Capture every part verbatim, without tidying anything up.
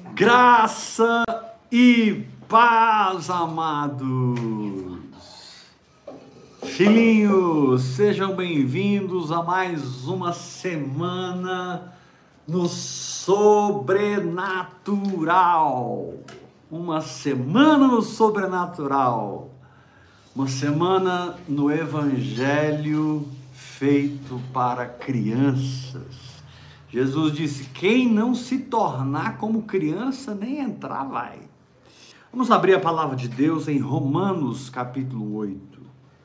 Graça e paz, amados. Filhinhos, sejam bem-vindos a mais uma semana no sobrenatural. Uma semana no sobrenatural. Uma semana no Evangelho feito para crianças. Jesus disse: quem não se tornar como criança, nem entrar vai. Vamos abrir a palavra de Deus em Romanos capítulo oito.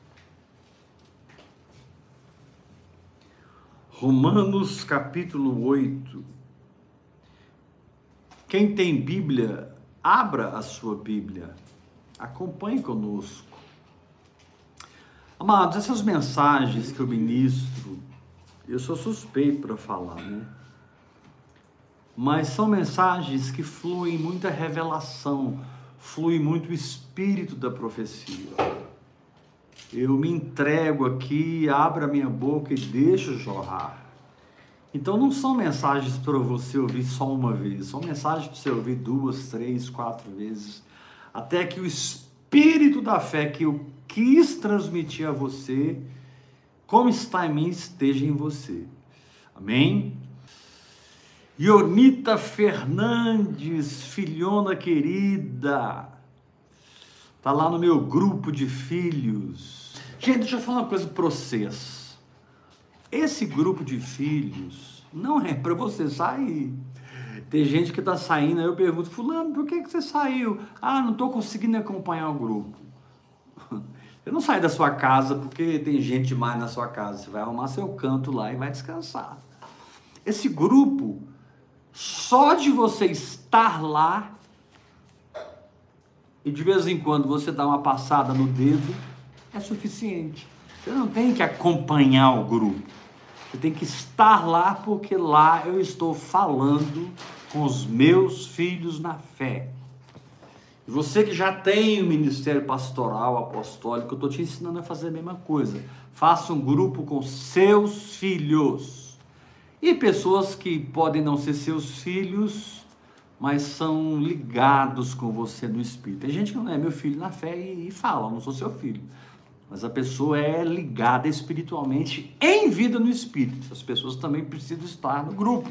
Romanos capítulo oito. Quem tem Bíblia, abra a sua Bíblia. Acompanhe conosco. Amados, essas mensagens que eu ministro, eu sou suspeito para falar, né? Mas são mensagens que fluem muita revelação, flui muito o espírito da profecia. Eu me entrego aqui, abro a minha boca e deixo jorrar. Então não são mensagens para você ouvir só uma vez, são mensagens para você ouvir duas, três, quatro vezes, até que o espírito da fé que eu quis transmitir a você, como está em mim, esteja em você. Amém? Ionita Fernandes, filhona querida, está lá no meu grupo de filhos. Gente, deixa eu falar uma coisa para vocês. Esse grupo de filhos não é para você sair. Tem gente que está saindo, aí eu pergunto: fulano, por que, que você saiu? Ah, não estou conseguindo acompanhar o grupo. Você não sai da sua casa porque tem gente demais na sua casa. Você vai arrumar seu canto lá e vai descansar. Esse grupo, só de você estar lá e de vez em quando você dá uma passada no dedo, é suficiente. Você não tem que acompanhar o grupo. Você tem que estar lá, porque lá eu estou falando com os meus filhos na fé. E você que já tem o ministério pastoral, apostólico, eu estou te ensinando a fazer a mesma coisa. Faça um grupo com seus filhos. E pessoas que podem não ser seus filhos, mas são ligados com você no Espírito. Tem gente que não é meu filho na fé e, e fala: não sou seu filho. Mas a pessoa é ligada espiritualmente em vida no Espírito. Essas pessoas também precisam estar no grupo.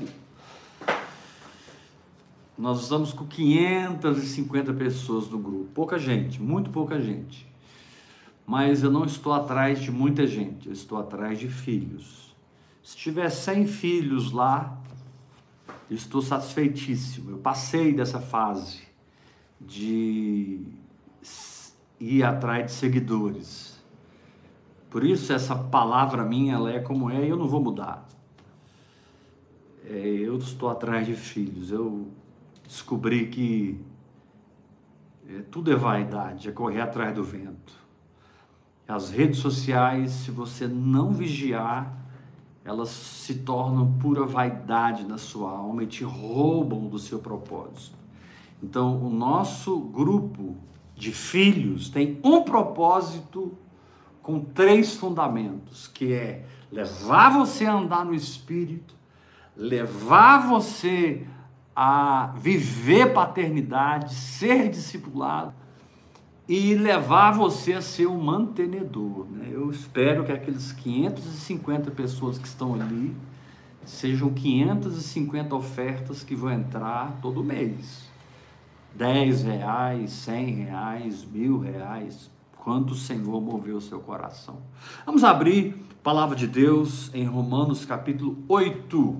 Nós estamos com quinhentas e cinquenta pessoas no grupo. Pouca gente, muito pouca gente. Mas eu não estou atrás de muita gente, eu estou atrás de filhos. Se tiver cem filhos lá, eu estou satisfeitíssimo. Eu passei dessa fase de ir atrás de seguidores. Por isso essa palavra minha, ela é como é, e eu não vou mudar. É, eu estou atrás de filhos. Eu descobri que é, tudo é vaidade, é correr atrás do vento. As redes sociais, se você não vigiar, elas se tornam pura vaidade na sua alma e te roubam do seu propósito. Então, o nosso grupo de filhos tem um propósito com três fundamentos, que é levar você a andar no Espírito, levar você a viver paternidade, ser discipulado e levar você a ser um mantenedor, né? Eu espero que aqueles quinhentas e cinquenta pessoas que estão ali sejam quinhentas e cinquenta ofertas que vão entrar todo mês. dez reais, cem reais, mil reais, quanto o Senhor moveu o seu coração. Vamos abrir a palavra de Deus em Romanos capítulo oito.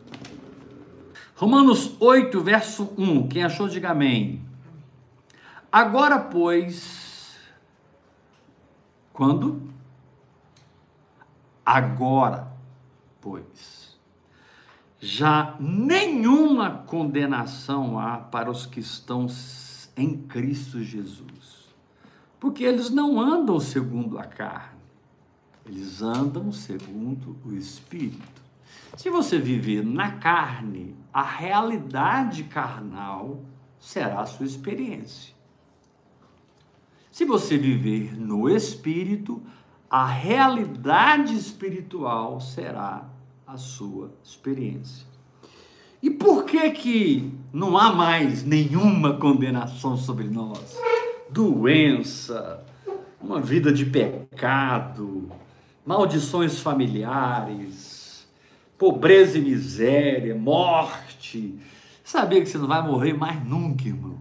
Romanos oito, verso um. Quem achou, diga amém. Agora, pois, quando? Agora, pois, já nenhuma condenação há para os que estão em Cristo Jesus, porque eles não andam segundo a carne, eles andam segundo o Espírito. Se você viver na carne, a realidade carnal será a sua experiência. Se você viver no Espírito, a realidade espiritual será a sua experiência. E por que que não há mais nenhuma condenação sobre nós? Doença, uma vida de pecado, maldições familiares, pobreza e miséria, morte. Sabia que você não vai morrer mais nunca, irmãos?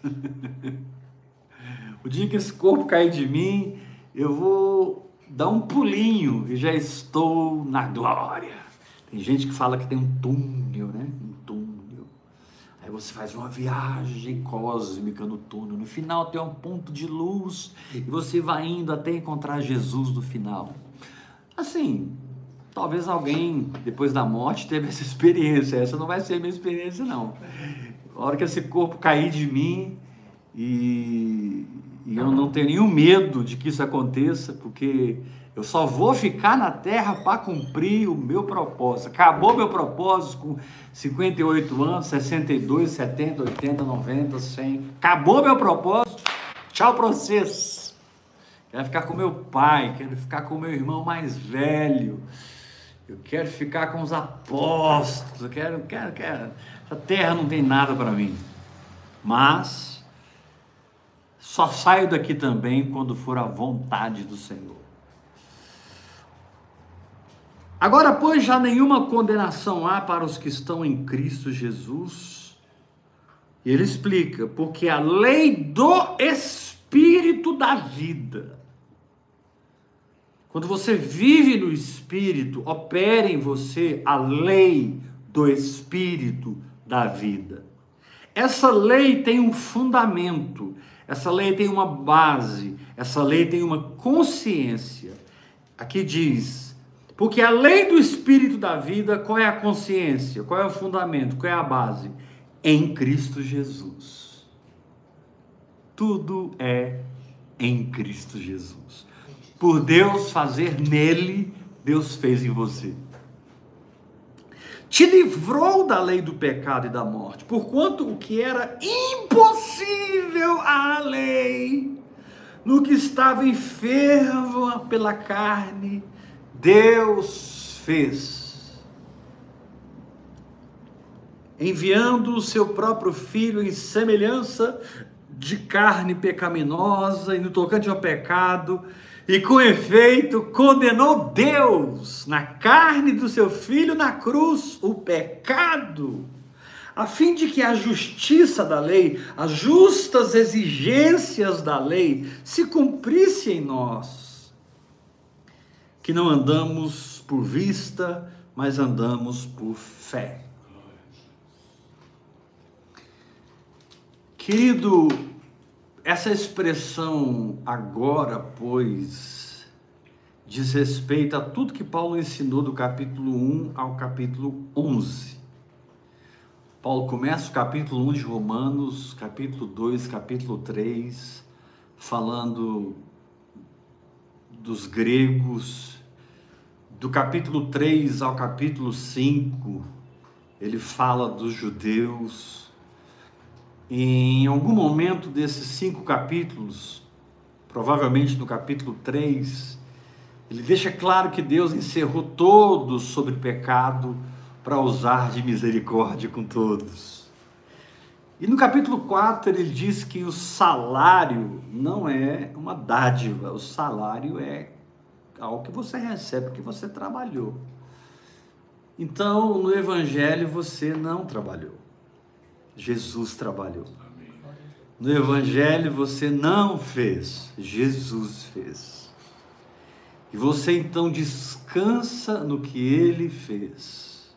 O dia que esse corpo cair de mim, eu vou dar um pulinho e já estou na glória. Tem gente que fala que tem um túnel, né? Um túnel. Aí você faz uma viagem cósmica no túnel. No final tem um ponto de luz e você vai indo até encontrar Jesus no final. Assim, talvez alguém, depois da morte, teve essa experiência. Essa não vai ser a minha experiência, não. A hora que esse corpo cair de mim, e, e eu não tenho nenhum medo de que isso aconteça, porque eu só vou ficar na terra para cumprir o meu propósito. Acabou meu propósito com cinquenta e oito anos, sessenta e dois, setenta, oitenta, noventa, cem. Acabou meu propósito. Tchau para vocês. Quero ficar com meu pai, quero ficar com meu irmão mais velho. Eu quero ficar com os apóstolos. Eu quero, quero, quero. Essa terra não tem nada para mim. Mas só saio daqui também quando for a vontade do Senhor. Agora, pois, já nenhuma condenação há para os que estão em Cristo Jesus. E ele explica, porque a lei do Espírito da vida. Quando você vive no Espírito, opera em você a lei do Espírito da vida. Essa lei tem um fundamento, essa lei tem uma base, essa lei tem uma consciência. Aqui diz, porque a lei do Espírito da vida, qual é a consciência? Qual é o fundamento? Qual é a base? Em Cristo Jesus. Tudo é em Cristo Jesus. Por Deus fazer nele, Deus fez em você. Te livrou da lei do pecado e da morte, porquanto o que era impossível à lei, no que estava enfermo pela carne, Deus fez, enviando o seu próprio Filho em semelhança de carne pecaminosa e no tocante ao pecado, e com efeito condenou Deus na carne do seu Filho na cruz o pecado, a fim de que a justiça da lei, as justas exigências da lei se cumprisse em nós, que não andamos por vista, mas andamos por fé. Querido, essa expressão agora, pois, diz respeito a tudo que Paulo ensinou do capítulo um ao capítulo onze. Paulo começa o capítulo um de Romanos, capítulo dois, capítulo três, falando dos gregos. Do capítulo três ao capítulo cinco, ele fala dos judeus. Em algum momento desses cinco capítulos, provavelmente no capítulo três, ele deixa claro que Deus encerrou todos sobre pecado para usar de misericórdia com todos. E no capítulo quatro ele diz que o salário não é uma dádiva, o salário é algo que você recebe porque você trabalhou. Então, no Evangelho você não trabalhou. Jesus trabalhou. No Evangelho você não fez, Jesus fez. E você então descansa no que Ele fez.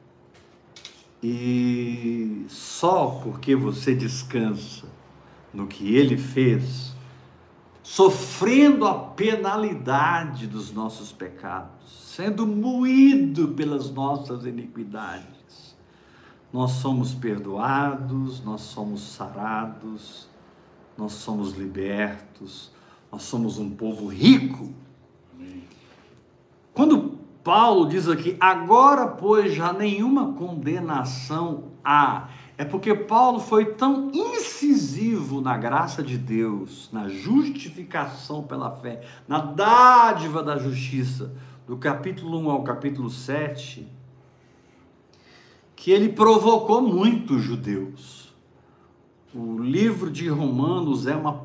E só porque você descansa no que Ele fez, sofrendo a penalidade dos nossos pecados, sendo moído pelas nossas iniquidades, nós somos perdoados, nós somos sarados, nós somos libertos, nós somos um povo rico. Amém. Quando Paulo diz aqui, agora pois já nenhuma condenação há, é porque Paulo foi tão incisivo na graça de Deus, na justificação pela fé, na dádiva da justiça, do capítulo um ao capítulo sete, que ele provocou muito os judeus. O livro de Romanos é uma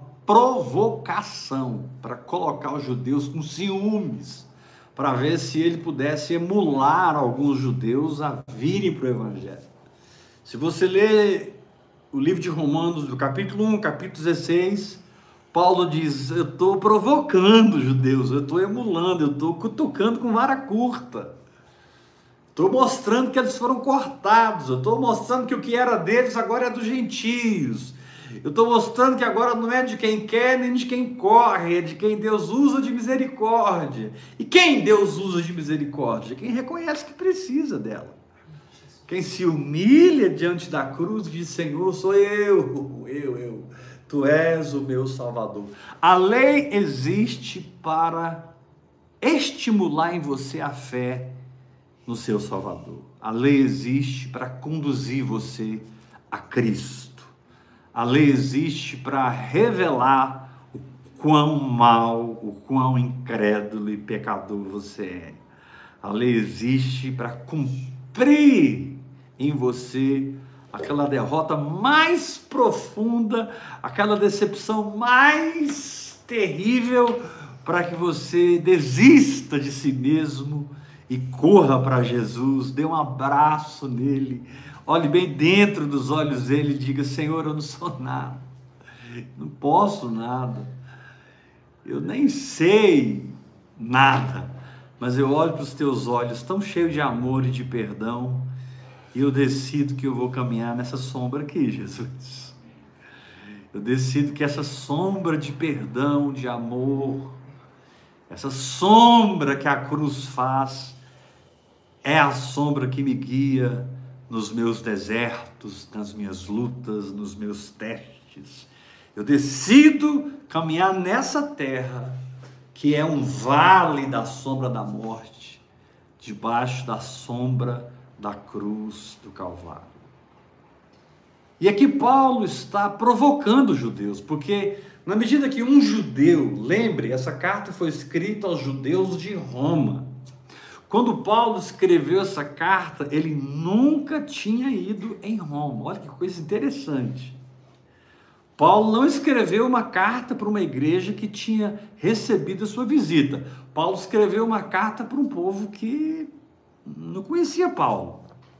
provocação para colocar os judeus com ciúmes, para ver se ele pudesse emular alguns judeus a virem para o Evangelho. Se você ler o livro de Romanos, do capítulo um, capítulo dezesseis, Paulo diz: eu estou provocando os judeus, eu estou emulando, eu estou cutucando com vara curta, estou mostrando que eles foram cortados, eu estou mostrando que o que era deles agora é dos gentios, eu estou mostrando que agora não é de quem quer nem de quem corre, é de quem Deus usa de misericórdia. E quem Deus usa de misericórdia? Quem reconhece que precisa dela. Quem se humilha diante da cruz e diz: Senhor, sou eu, eu, eu, Tu és o meu Salvador. A lei existe para estimular em você a fé no seu Salvador. A lei existe para conduzir você a Cristo. A lei existe para revelar o quão mal, o quão incrédulo e pecador você é. A lei existe para cumprir em você aquela derrota mais profunda, aquela decepção mais terrível, para que você desista de si mesmo e corra para Jesus, dê um abraço nele, olhe bem dentro dos olhos dele e diga: Senhor, eu não sou nada, não posso nada, eu nem sei nada, mas eu olho para os teus olhos tão cheios de amor e de perdão, e eu decido que eu vou caminhar nessa sombra aqui, Jesus. Eu decido que essa sombra de perdão, de amor, essa sombra que a cruz faz, é a sombra que me guia nos meus desertos, nas minhas lutas, nos meus testes. Eu decido caminhar nessa terra, que é um vale da sombra da morte, debaixo da sombra da cruz do Calvário. E aqui Paulo está provocando os judeus, porque na medida que um judeu, lembre, essa carta foi escrita aos judeus de Roma. Quando Paulo escreveu essa carta, ele nunca tinha ido em Roma. Olha que coisa interessante. Paulo não escreveu uma carta para uma igreja que tinha recebido a sua visita. Paulo escreveu uma carta para um povo que não conhecia Paulo.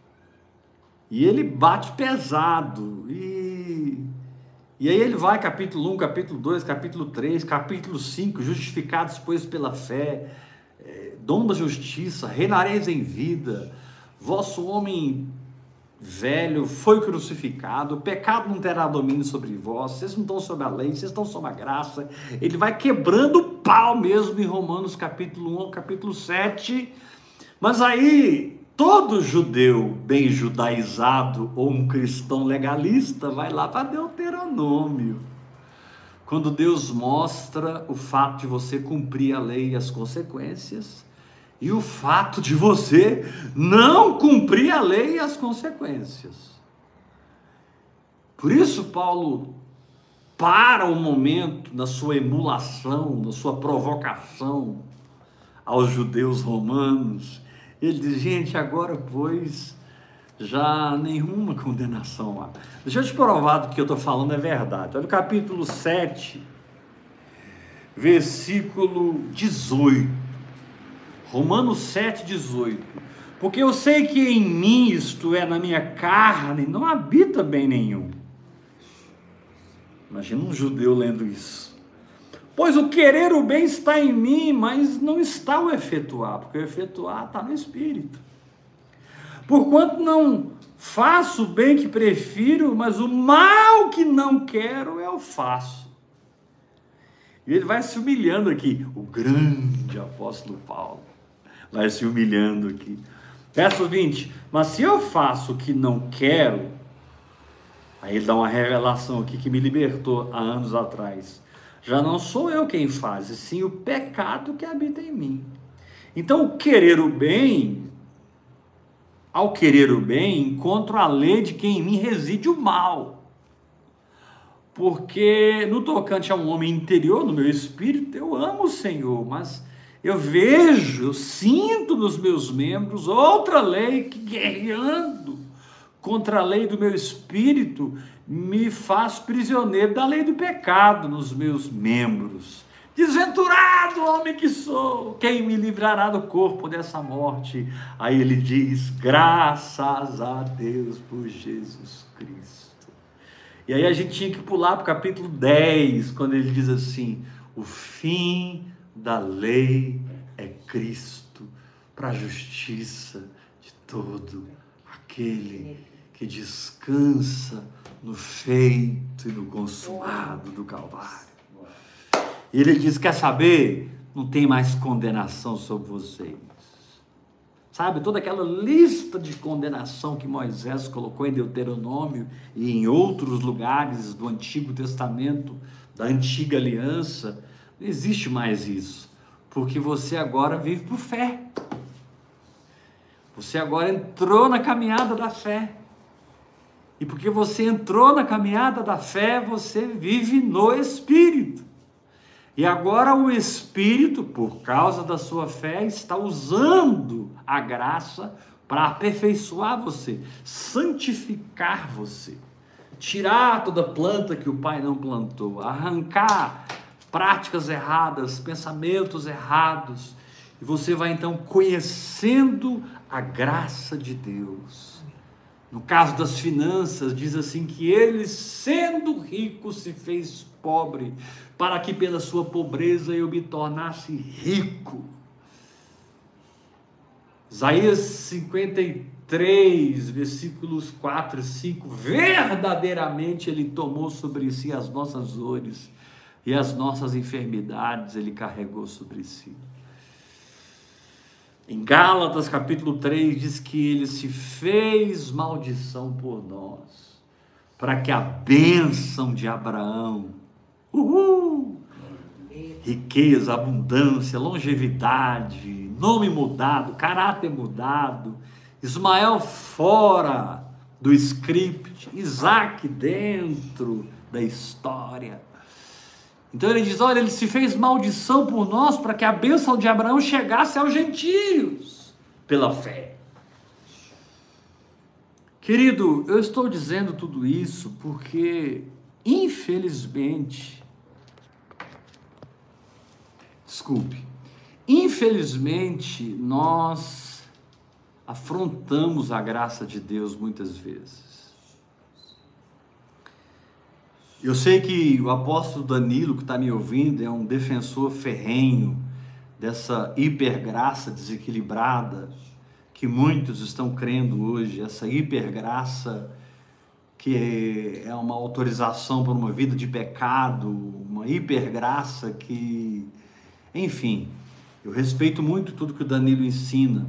E ele bate pesado. E, e aí ele vai, capítulo um, capítulo dois, capítulo três, capítulo cinco, justificados, pois, pela fé, é, dom da justiça, reinareis em vida, vosso homem velho foi crucificado, o pecado não terá domínio sobre vós, vocês não estão sob a lei, vocês estão sob a graça. Ele vai quebrando o pau mesmo em Romanos capítulo um, capítulo sete, mas aí todo judeu bem judaizado ou um cristão legalista vai lá para Deuteronômio, quando Deus mostra o fato de você cumprir a lei e as consequências, e o fato de você não cumprir a lei e as consequências. Por isso Paulo para um momento na sua emulação, na sua provocação aos judeus romanos. Ele diz: gente, agora pois já nenhuma condenação há. Deixa eu te provar do que eu estou falando é verdade. Olha o capítulo sete, versículo dezoito. Romanos sete, dezoito. Porque eu sei que em mim, isto é, na minha carne, não habita bem nenhum. Imagina um judeu lendo isso. Pois o querer o bem está em mim, mas não está o efetuar, porque o efetuar está no Espírito. Porquanto não faço o bem que prefiro, mas o mal que não quero eu faço. E ele vai se humilhando aqui, o grande apóstolo Paulo vai se humilhando aqui. Verso vinte, mas se eu faço o que não quero, aí ele dá uma revelação aqui que me libertou há anos atrás. Já não sou eu quem faz, e sim o pecado que habita em mim. Então, o querer o bem, ao querer o bem, encontro a lei de que em mim reside o mal. Porque no tocante a um homem interior, no meu espírito, eu amo o Senhor, mas eu vejo, eu sinto nos meus membros outra lei que, guerreando contra a lei do meu espírito, me faz prisioneiro da lei do pecado nos meus membros. Desventurado homem que sou, quem me livrará do corpo dessa morte? Aí ele diz, graças a Deus por Jesus Cristo. E aí a gente tinha que pular para o capítulo dez, quando ele diz assim, o fim da lei é Cristo, para a justiça de todo aquele que descansa no feito e no consumado do Calvário. E ele diz, quer saber? Não tem mais condenação sobre vocês. Sabe, toda aquela lista de condenação que Moisés colocou em Deuteronômio e em outros lugares do Antigo Testamento, da Antiga Aliança, não existe mais isso. Porque você agora vive por fé. Você agora entrou na caminhada da fé. E porque você entrou na caminhada da fé, você vive no Espírito. E agora o Espírito, por causa da sua fé, está usando a graça para aperfeiçoar você, santificar você, tirar toda planta que o Pai não plantou, arrancar práticas erradas, pensamentos errados, e você vai então conhecendo a graça de Deus. No caso das finanças, diz assim que ele, sendo rico, se fez pobre, para que pela sua pobreza eu me tornasse rico. Isaías cinquenta e três, versículos quatro e cinco, verdadeiramente ele tomou sobre si as nossas dores e as nossas enfermidades ele carregou sobre si. Em Gálatas capítulo três diz que ele se fez maldição por nós, para que a bênção de Abraão, uhul, riqueza, abundância, longevidade, nome mudado, caráter mudado, Ismael fora do script, Isaac dentro da história. Então ele diz, olha, ele se fez maldição por nós para que a bênção de Abraão chegasse aos gentios, pela fé. Querido, eu estou dizendo tudo isso porque, infelizmente, desculpe, infelizmente nós afrontamos a graça de Deus muitas vezes. Eu sei que o apóstolo Danilo, que está me ouvindo, é um defensor ferrenho dessa hipergraça desequilibrada que muitos estão crendo hoje, essa hipergraça que é uma autorização para uma vida de pecado, uma hipergraça que, enfim, eu respeito muito tudo que o Danilo ensina.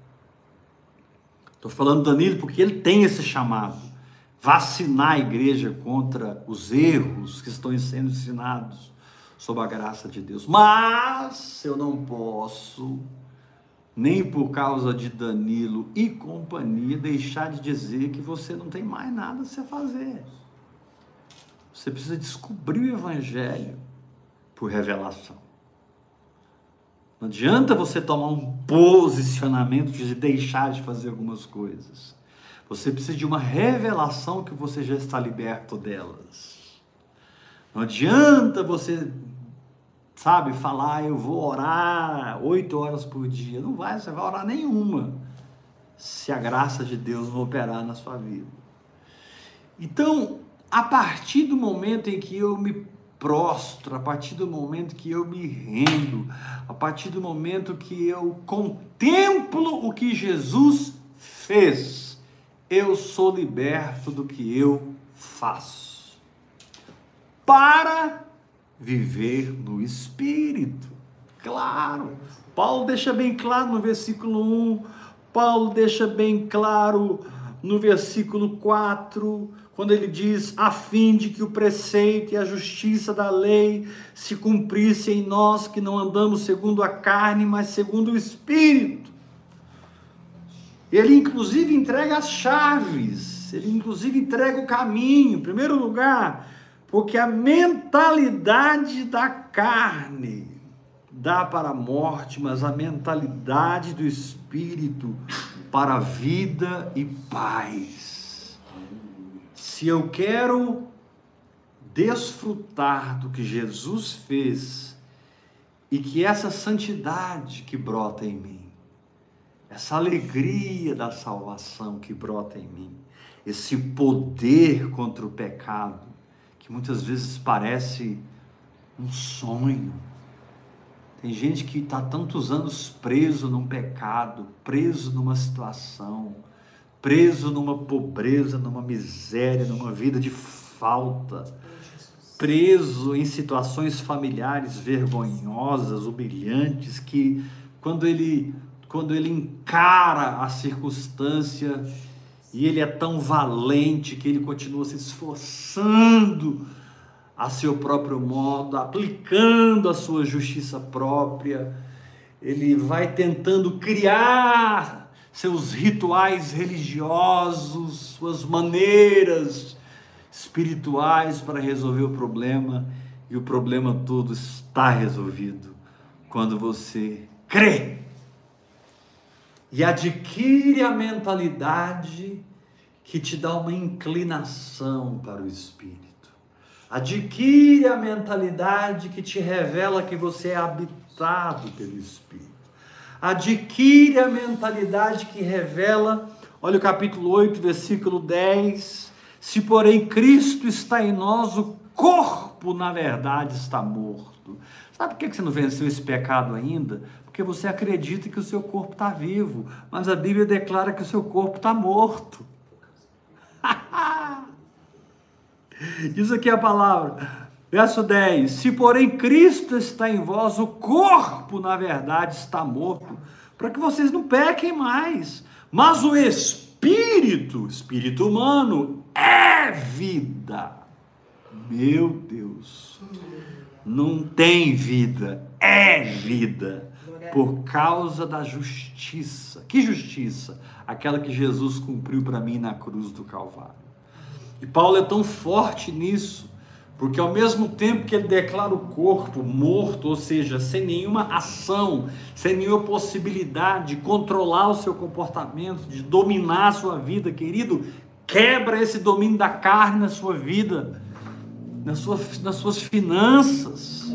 Estou falando do Danilo porque ele tem esse chamado. Vacinar a igreja contra os erros que estão sendo ensinados sob a graça de Deus. Mas eu não posso, nem por causa de Danilo e companhia, deixar de dizer que você não tem mais nada a se fazer. Você precisa descobrir o evangelho por revelação. Não adianta você tomar um posicionamento de deixar de fazer algumas coisas. Você precisa de uma revelação que você já está liberto delas. Não adianta você, sabe, falar, eu vou orar oito horas por dia. Não vai, você vai orar nenhuma, se a graça de Deus não operar na sua vida. Então, a partir do momento em que eu me prostro, a partir do momento que eu me rendo, a partir do momento que eu contemplo o que Jesus fez, eu sou liberto do que eu faço, para viver no Espírito. Claro, Paulo deixa bem claro no versículo um, Paulo deixa bem claro no versículo quatro, quando ele diz, a fim de que o preceito e a justiça da lei se cumprissem em nós, que não andamos segundo a carne, mas segundo o Espírito. Ele inclusive entrega as chaves, ele inclusive entrega o caminho, em primeiro lugar, porque a mentalidade da carne dá para a morte, mas a mentalidade do Espírito para a vida e paz. Se eu quero desfrutar do que Jesus fez e que essa santidade que brota em mim, essa alegria da salvação que brota em mim, esse poder contra o pecado, que muitas vezes parece um sonho. Tem gente que está tantos anos preso num pecado, preso numa situação, preso numa pobreza, numa miséria, numa vida de falta, preso em situações familiares vergonhosas, humilhantes, que quando ele, quando ele encara a circunstância e ele é tão valente que ele continua se esforçando a seu próprio modo, aplicando a sua justiça própria, ele vai tentando criar seus rituais religiosos, suas maneiras espirituais para resolver o problema, e o problema todo está resolvido quando você crê e adquire a mentalidade que te dá uma inclinação para o Espírito. Adquire a mentalidade que te revela que você é habitado pelo Espírito. Adquire a mentalidade que revela, olha o capítulo oito, versículo dez, se porém Cristo está em nós, o corpo na verdade está morto. Sabe por que você não venceu esse pecado ainda? Porque você acredita que o seu corpo está vivo, mas a Bíblia declara que o seu corpo está morto. Diz aqui a palavra, verso dez, se porém Cristo está em vós, o corpo na verdade está morto, para que vocês não pequem mais, mas o Espírito, Espírito humano, é vida. Meu Deus, não tem vida, é vida, por causa da justiça. Que justiça? Aquela que Jesus cumpriu para mim na cruz do Calvário. E Paulo é tão forte nisso, porque ao mesmo tempo que ele declara o corpo morto, ou seja, sem nenhuma ação, sem nenhuma possibilidade de controlar o seu comportamento, de dominar a sua vida, querido, quebra esse domínio da carne na sua vida, nas suas, nas suas finanças,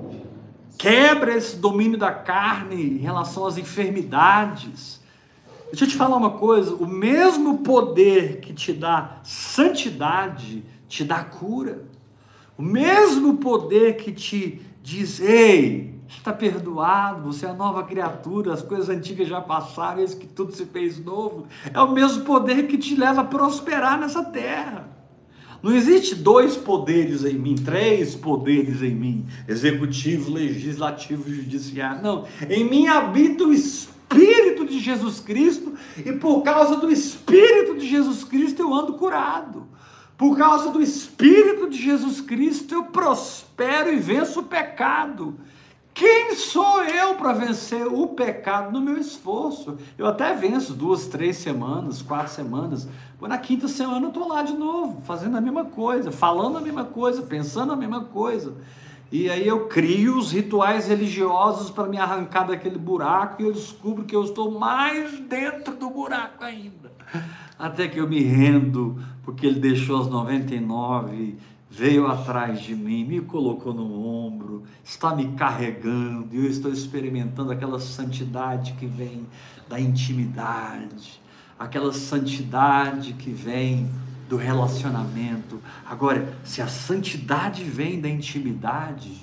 quebra esse domínio da carne em relação às enfermidades. Deixa eu te falar uma coisa, o mesmo poder que te dá santidade, te dá cura. O mesmo poder que te diz, ei, está perdoado, você é nova criatura, as coisas antigas já passaram, eis que tudo se fez novo, é o mesmo poder que te leva a prosperar nessa terra. Não existe dois poderes em mim, três poderes em mim, executivo, legislativo, judiciário, não, em mim habita o Espírito Espírito de Jesus Cristo, e por causa do Espírito de Jesus Cristo eu ando curado, por causa do Espírito de Jesus Cristo eu prospero e venço o pecado. Quem sou eu para vencer o pecado no meu esforço? Eu até venço duas, três semanas, quatro semanas, mas na quinta semana eu estou lá de novo, fazendo a mesma coisa, falando a mesma coisa, pensando a mesma coisa. E aí eu crio os rituais religiosos para me arrancar daquele buraco, e eu descubro que eu estou mais dentro do buraco ainda. Até que eu me rendo, porque ele deixou as noventa e nove, veio atrás de mim, me colocou no ombro, está me carregando, e eu estou experimentando aquela santidade que vem da intimidade, aquela santidade que vem do relacionamento. Agora, se a santidade vem da intimidade,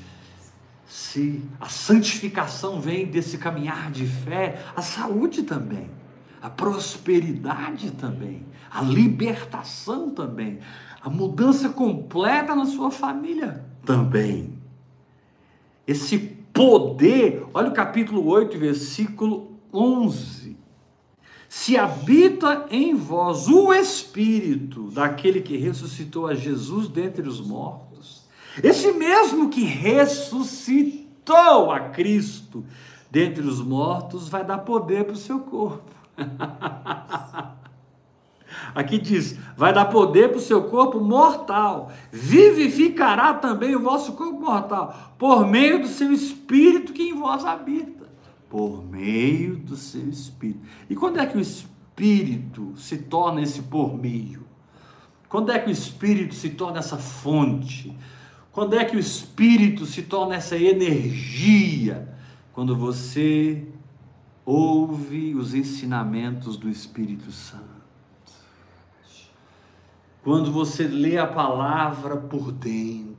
se a santificação vem desse caminhar de fé, a saúde também, a prosperidade também, a libertação também, a mudança completa na sua família também. Esse poder, olha o capítulo oito, versículo onze. Se habita em vós o Espírito daquele que ressuscitou a Jesus dentre os mortos, esse mesmo que ressuscitou a Cristo dentre os mortos vai dar poder para o seu corpo. Aqui diz, vai dar poder para o seu corpo mortal, vivificará também o vosso corpo mortal, por meio do seu Espírito que em vós habita. Por meio do seu Espírito. E quando é que o Espírito se torna esse por meio? Quando é que o Espírito se torna essa fonte? Quando é que o Espírito se torna essa energia? Quando você ouve os ensinamentos do Espírito Santo. Quando você lê a palavra por dentro.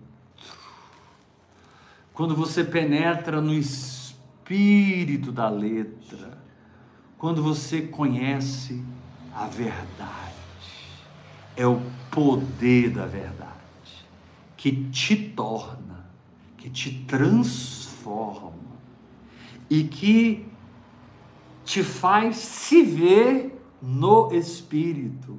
Quando você penetra no espírito da letra. Quando você conhece a verdade. É o poder da verdade que te torna, que te transforma e que te faz se ver no Espírito,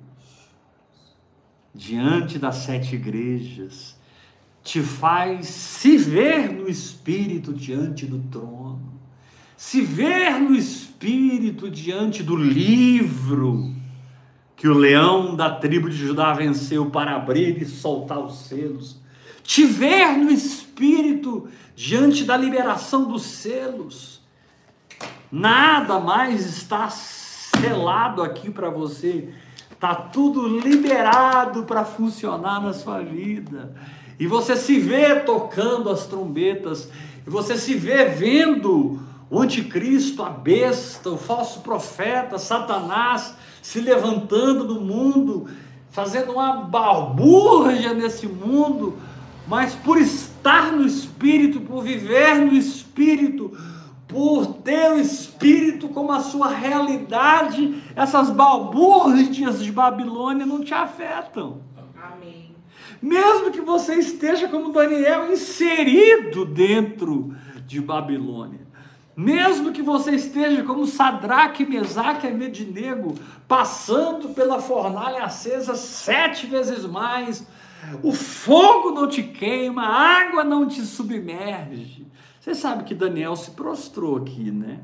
diante das sete igrejas, te faz se ver no Espírito diante do trono, se ver no Espírito diante do livro que o leão da tribo de Judá venceu para abrir e soltar os selos, te ver no Espírito diante da liberação dos selos. Nada mais está selado aqui para você, está tudo liberado para funcionar na sua vida, e você se vê tocando as trombetas, e você se vê vendo o anticristo, a besta, o falso profeta, Satanás, se levantando no mundo, fazendo uma balbúrdia nesse mundo, mas por estar no Espírito, por viver no Espírito, por ter o Espírito como a sua realidade, essas balbúrdias de Babilônia não te afetam. Amém. Mesmo que você esteja como Daniel, inserido dentro de Babilônia, mesmo que você esteja como Sadraque, Mesaque e Abednego, passando pela fornalha acesa sete vezes mais, o fogo não te queima, a água não te submerge. Você sabe que Daniel se prostrou aqui, né?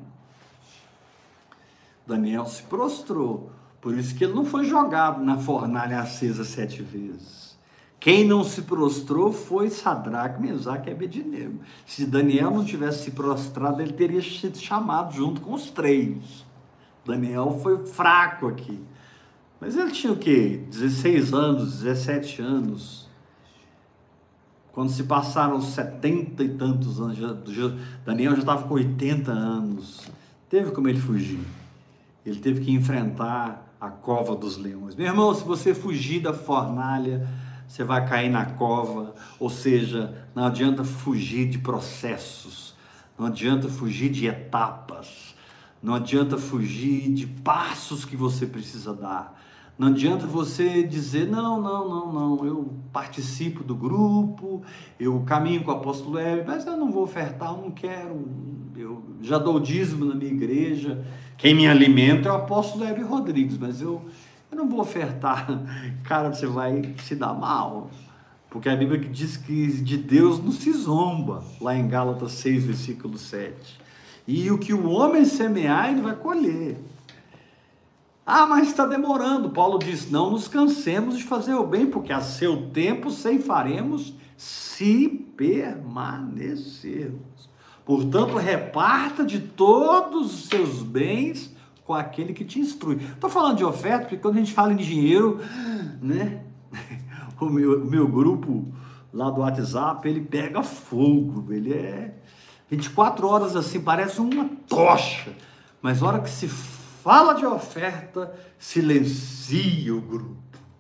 Daniel se prostrou, por isso que ele não foi jogado na fornalha acesa sete vezes. Quem não se prostrou foi Sadraque, Mesaque e Abednego. Se Daniel não tivesse se prostrado, ele teria sido chamado junto com os três. Daniel foi fraco aqui. Mas ele tinha o quê? dezesseis anos, dezessete anos. Quando se passaram setenta e tantos anos, já, Daniel já estava com oitenta anos. Teve como ele fugir. Ele teve que enfrentar a cova dos leões. Meu irmão, se você fugir da fornalha, você vai cair na cova. Ou seja, não adianta fugir de processos, não adianta fugir de etapas, não adianta fugir de passos que você precisa dar. Não adianta você dizer, não, não, não, não, eu participo do grupo, eu caminho com o apóstolo Hélio, mas eu não vou ofertar, eu não quero, eu já dou dízimo na minha igreja, quem me alimenta é o apóstolo Hélio Rodrigues, mas eu, eu não vou ofertar. Cara, você vai se dar mal, porque a Bíblia diz que de Deus não se zomba, lá em Gálatas seis, versículo sete, e o que o homem semear, ele vai colher. Ah, mas está demorando. Paulo diz, não nos cansemos de fazer o bem, porque a seu tempo ceifaremos se permanecermos. Portanto, reparta de todos os seus bens com aquele que te instrui. Estou falando de oferta, porque quando a gente fala em dinheiro, né? O meu, o meu grupo lá do WhatsApp, ele pega fogo, ele é vinte e quatro horas assim, parece uma tocha, mas a hora que se fala de oferta, silencia o grupo.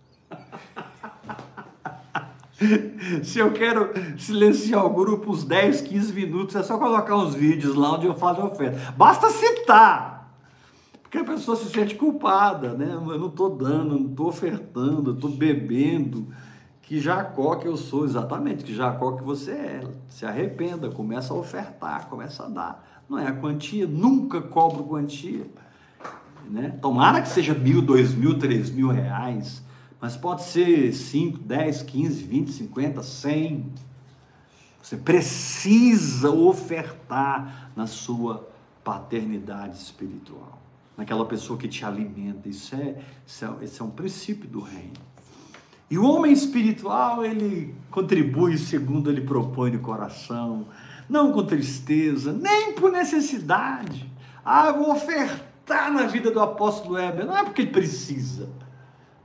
Se eu quero silenciar o grupo uns dez, quinze minutos, é só colocar uns vídeos lá onde eu falo de oferta. Basta citar, porque a pessoa se sente culpada, né? Eu não estou dando, não estou ofertando, eu estou bebendo. Que Jacó que eu sou, exatamente, que Jacó que você é. Se arrependa, começa a ofertar, começa a dar. Não é a quantia, nunca cobro quantia. Né? Tomara que seja mil, dois mil, três mil reais, mas pode ser cinco, dez, quinze, vinte, cinquenta, cem. Você precisa ofertar na sua paternidade espiritual, naquela pessoa que te alimenta. Isso é, isso é, esse é um princípio do reino. E o homem espiritual, ele contribui segundo ele propõe no coração, não com tristeza, nem por necessidade. Ah, eu vou ofertar na vida do apóstolo Heber, não é porque ele precisa,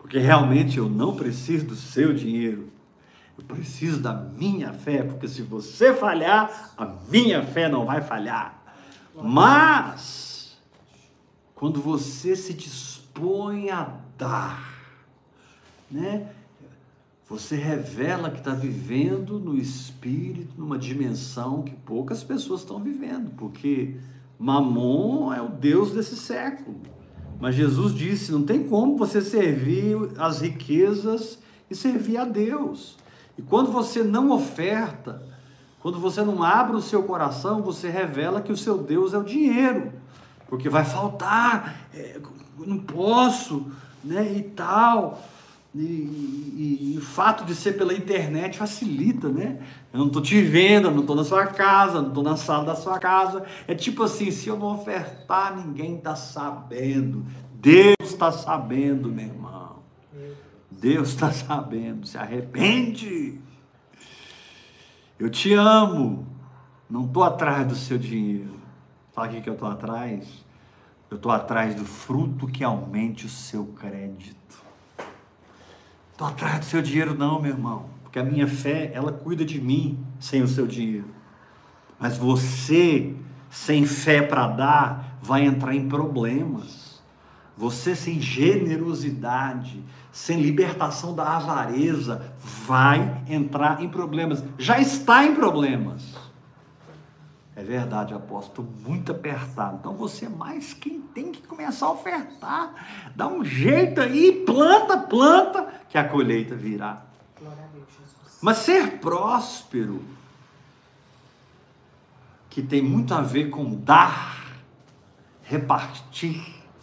Porque realmente eu não preciso do seu dinheiro. Eu preciso da minha fé, porque se você falhar, a minha fé não vai falhar. Mas, quando você se dispõe a dar, né? Você revela que está vivendo no espírito, numa dimensão que poucas pessoas estão vivendo, porque Mamon é o Deus desse século. Mas Jesus disse, não tem como você servir as riquezas e servir a Deus. E quando você não oferta, quando você não abre o seu coração, você revela que o seu Deus é o dinheiro, porque vai faltar, é, não posso, né, e tal. E, e, e o fato de ser pela internet facilita, né? Eu não estou te vendo, eu não estou na sua casa, não estou na sala da sua casa. É tipo assim, se eu não ofertar, ninguém está sabendo. Deus está sabendo, meu irmão. Deus está sabendo. Se arrepende. Eu te amo. Não estou atrás do seu dinheiro. Sabe o que eu estou atrás? Eu estou atrás do fruto que aumente o seu crédito. Estou atrás do seu dinheiro não, meu irmão, porque a minha fé, ela cuida de mim sem o seu dinheiro. Mas você, sem fé para dar, vai entrar em problemas. Você sem generosidade, sem libertação da avareza, vai entrar em problemas. Já está em problemas. É verdade, apóstolo, estou muito apertado. Então você é mais quem tem que começar a ofertar. Dá um jeito aí, planta, planta, que a colheita virá. Glória a Deus, Jesus. Mas ser próspero, que tem muito a ver com dar, repartir.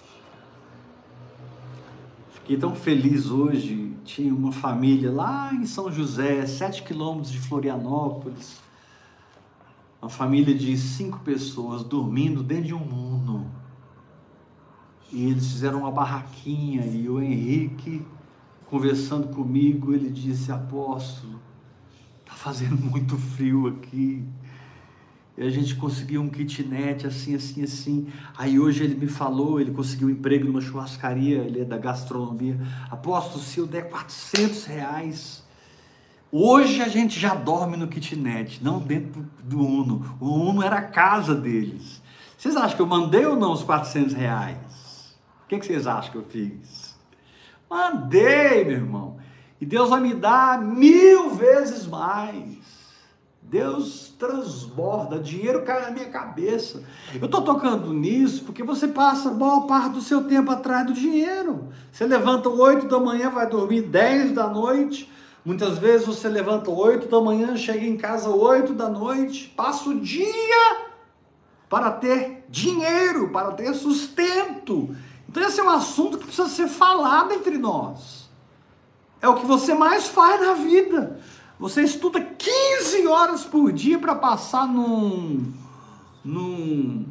Fiquei tão feliz hoje, tinha uma família lá em São José, sete quilômetros de Florianópolis. Uma família de cinco pessoas dormindo dentro de um Uno. E eles fizeram uma barraquinha. E o Henrique, conversando comigo, ele disse, apóstolo, está fazendo muito frio aqui. E a gente conseguiu um kitnet assim, assim, assim. Aí hoje ele me falou, ele conseguiu um emprego numa churrascaria, ele é da gastronomia. Apóstolo, se eu der quatrocentos reais... Hoje a gente já dorme no kitnet, não dentro do Uno. O Uno era a casa deles. Vocês acham que eu mandei ou não os quatrocentos reais? O que, que vocês acham que eu fiz? Mandei, meu irmão. E Deus vai me dar mil vezes mais. Deus transborda, dinheiro cai na minha cabeça. Eu estou tocando nisso porque você passa boa parte do seu tempo atrás do dinheiro. Você levanta oito da manhã, vai dormir dez da noite. Muitas vezes você levanta oito da manhã, chega em casa oito da noite, passa o dia para ter dinheiro, para ter sustento. Então esse é um assunto que precisa ser falado entre nós. É o que você mais faz na vida. Você estuda quinze horas por dia para passar num... num...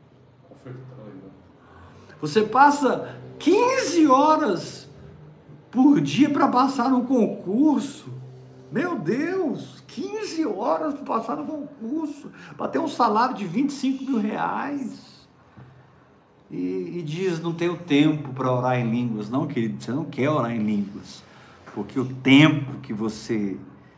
Você passa quinze horas por dia para passar no concurso. Meu Deus, quinze horas para passar no concurso, para ter um salário de vinte e cinco mil reais. E, e diz, não tenho tempo para orar em línguas. Não, querido, você não quer orar em línguas, porque o tempo que você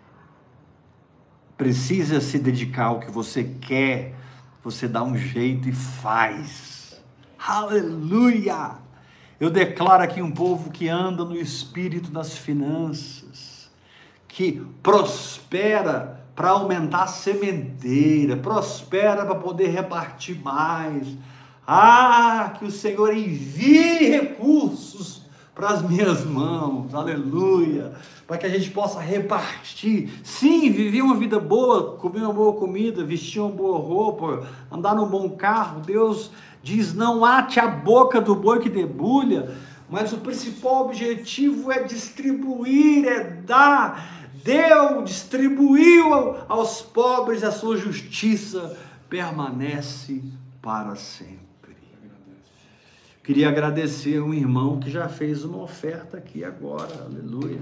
precisa se dedicar ao que você quer, você dá um jeito e faz. Aleluia! Eu declaro aqui um povo que anda no espírito das finanças, que prospera para aumentar a sementeira, prospera para poder repartir mais. Ah, que o Senhor envie recursos para as minhas mãos, aleluia, para que a gente possa repartir. Sim, viver uma vida boa, comer uma boa comida, vestir uma boa roupa, andar num bom carro. Deus diz, não ate a boca do boi que debulha, mas o principal objetivo é distribuir, é dar. Deus distribuiu aos pobres, a sua justiça permanece para sempre. Queria agradecer um irmão que já fez uma oferta aqui agora, aleluia.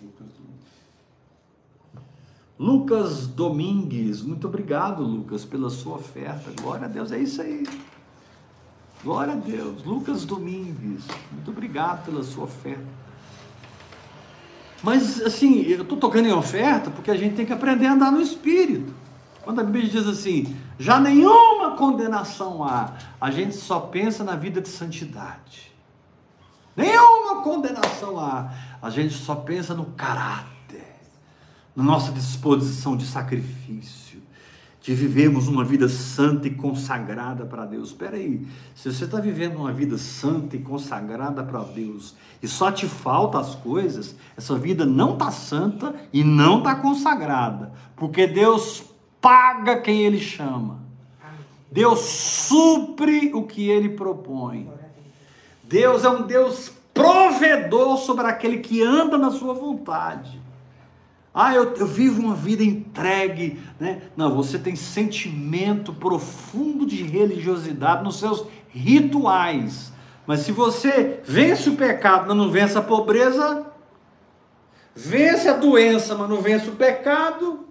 Lucas Domingues, muito obrigado, Lucas, pela sua oferta. Glória a Deus, é isso aí. Glória a Deus. Lucas Domingues, muito obrigado pela sua oferta. Mas assim, eu estou tocando em oferta porque a gente tem que aprender a andar no Espírito. Quando a Bíblia diz assim, já nenhuma condenação há, a gente só pensa na vida de santidade. Nenhuma condenação há, a gente só pensa no caráter, na nossa disposição de sacrifício, de vivermos uma vida santa e consagrada para Deus. Espera aí, se você está vivendo uma vida santa e consagrada para Deus e só te faltam as coisas, essa vida não está santa e não está consagrada, porque Deus paga quem Ele chama, Deus supre o que Ele propõe, Deus é um Deus provedor sobre aquele que anda na sua vontade. Ah, eu, eu vivo uma vida entregue, né? Não, você tem sentimento profundo de religiosidade nos seus rituais. Mas se você vence o pecado, mas não vence a pobreza, vence a doença, mas não vence o pecado.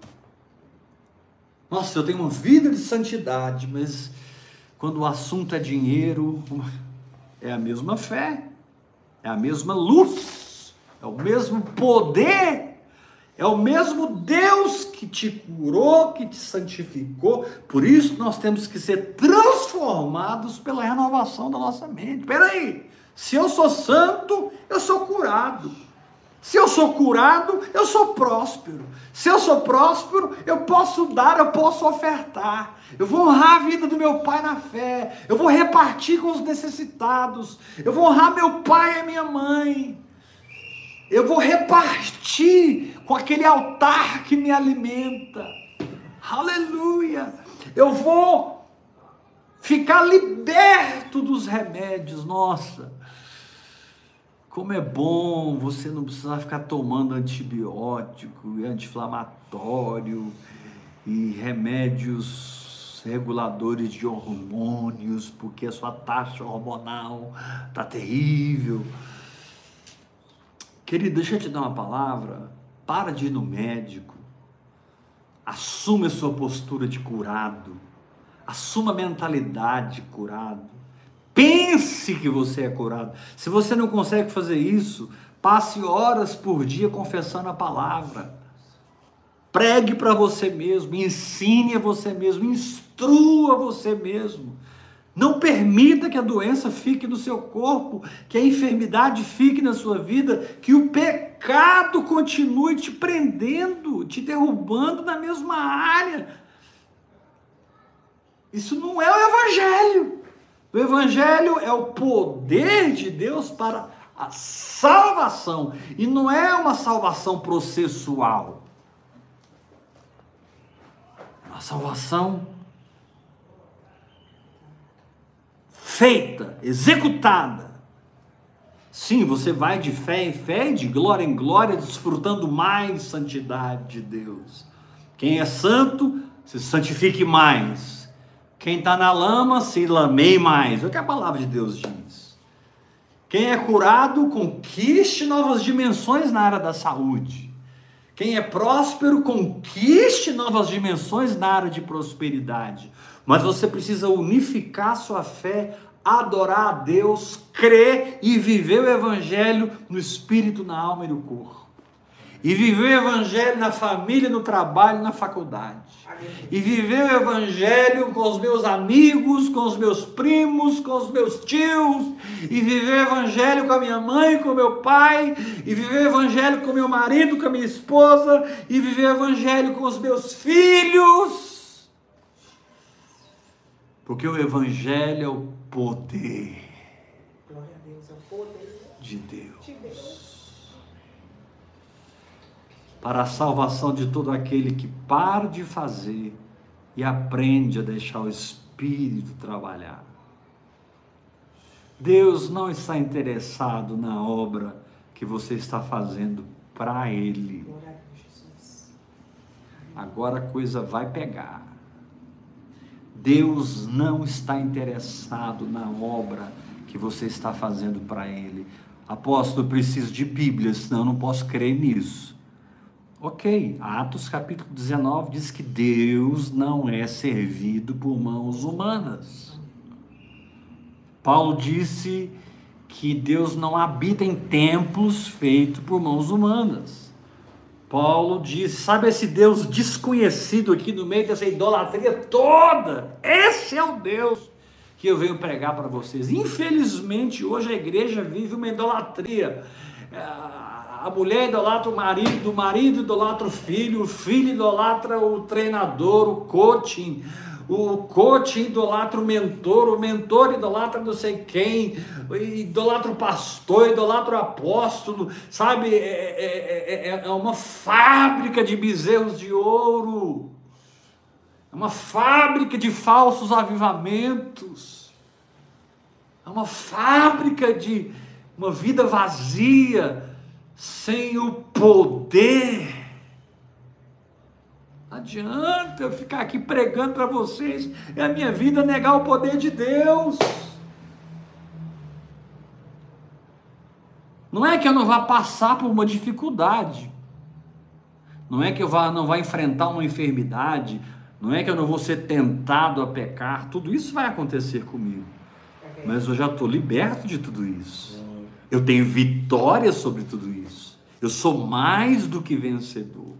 Nossa, eu tenho uma vida de santidade, mas quando o assunto é dinheiro, é a mesma fé, é a mesma luz, é o mesmo poder. É o mesmo Deus que te curou, que te santificou. Por isso nós temos que ser transformados pela renovação da nossa mente. Espera aí, se eu sou santo, eu sou curado. Se eu sou curado, eu sou próspero. Se eu sou próspero, eu posso dar, eu posso ofertar. Eu vou honrar a vida do meu pai na fé. Eu vou repartir com os necessitados. Eu vou honrar meu pai e a minha mãe. Eu vou repartir com aquele altar que me alimenta. Aleluia! Eu vou ficar liberto dos remédios. Nossa, como é bom você não precisar ficar tomando antibiótico e anti-inflamatório e remédios reguladores de hormônios, porque a sua taxa hormonal está terrível. Querido, deixa eu te dar uma palavra. Para de ir no médico. Assuma a sua postura de curado. Assuma a mentalidade de curado. Pense que você é curado. Se você não consegue fazer isso, passe horas por dia confessando a palavra. Pregue para você mesmo. Ensine a você mesmo. Instrua você mesmo. Não permita que a doença fique no seu corpo, que a enfermidade fique na sua vida, que o pecado continue te prendendo, te derrubando na mesma área. Isso não é o Evangelho. O Evangelho é o poder de Deus para a salvação, e não é uma salvação processual. A salvação feita, executada. Sim, você vai de fé em fé, de glória em glória, desfrutando mais santidade de Deus. Quem é santo, se santifique mais. Quem está na lama, se lameie mais. É o que a palavra de Deus diz. Quem é curado, conquiste novas dimensões na área da saúde. Quem é próspero, conquiste novas dimensões na área de prosperidade. Mas você precisa unificar sua fé, adorar a Deus, crer e viver o Evangelho no espírito, na alma e no corpo. E viver o Evangelho na família, no trabalho, na faculdade. E viver o Evangelho com os meus amigos, com os meus primos, com os meus tios. E viver o Evangelho com a minha mãe, com o meu pai. E viver o Evangelho com o meu marido, com a minha esposa. E viver o Evangelho com os meus filhos. Porque o Evangelho é o poder, glória a Deus, é o poder de Deus, de Deus para a salvação de todo aquele que para de fazer e aprende a deixar o Espírito trabalhar. Deus não está interessado na obra que você está fazendo para Ele. Agora a coisa vai pegar. Deus não está interessado na obra que você está fazendo para Ele. Apóstolo, eu preciso de Bíblia, senão eu não posso crer nisso. Ok, Atos capítulo dezenove diz que Deus não é servido por mãos humanas. Paulo disse que Deus não habita em templos feitos por mãos humanas. Paulo diz, sabe esse Deus desconhecido aqui no meio dessa idolatria toda? Esse é o Deus que eu venho pregar para vocês. Infelizmente, hoje a igreja vive uma idolatria. A mulher idolatra o marido, o marido idolatra o filho, o filho idolatra o treinador, o coaching, o coaching idolatra o mentor, o mentor idolatra não sei quem, idolatra o pastor, idolatra o apóstolo, sabe? É, é, é, é uma fábrica de bezerros de ouro, é uma fábrica de falsos avivamentos, é uma fábrica de uma vida vazia, sem o poder. Não adianta eu ficar aqui pregando para vocês, é a minha vida negar o poder de Deus. Não é que eu não vá passar por uma dificuldade, não é que eu vá, não vá enfrentar uma enfermidade, não é que eu não vou ser tentado a pecar, tudo isso vai acontecer comigo, mas eu já estou liberto de tudo isso. Eu tenho vitória sobre tudo isso. Eu sou mais do que vencedor.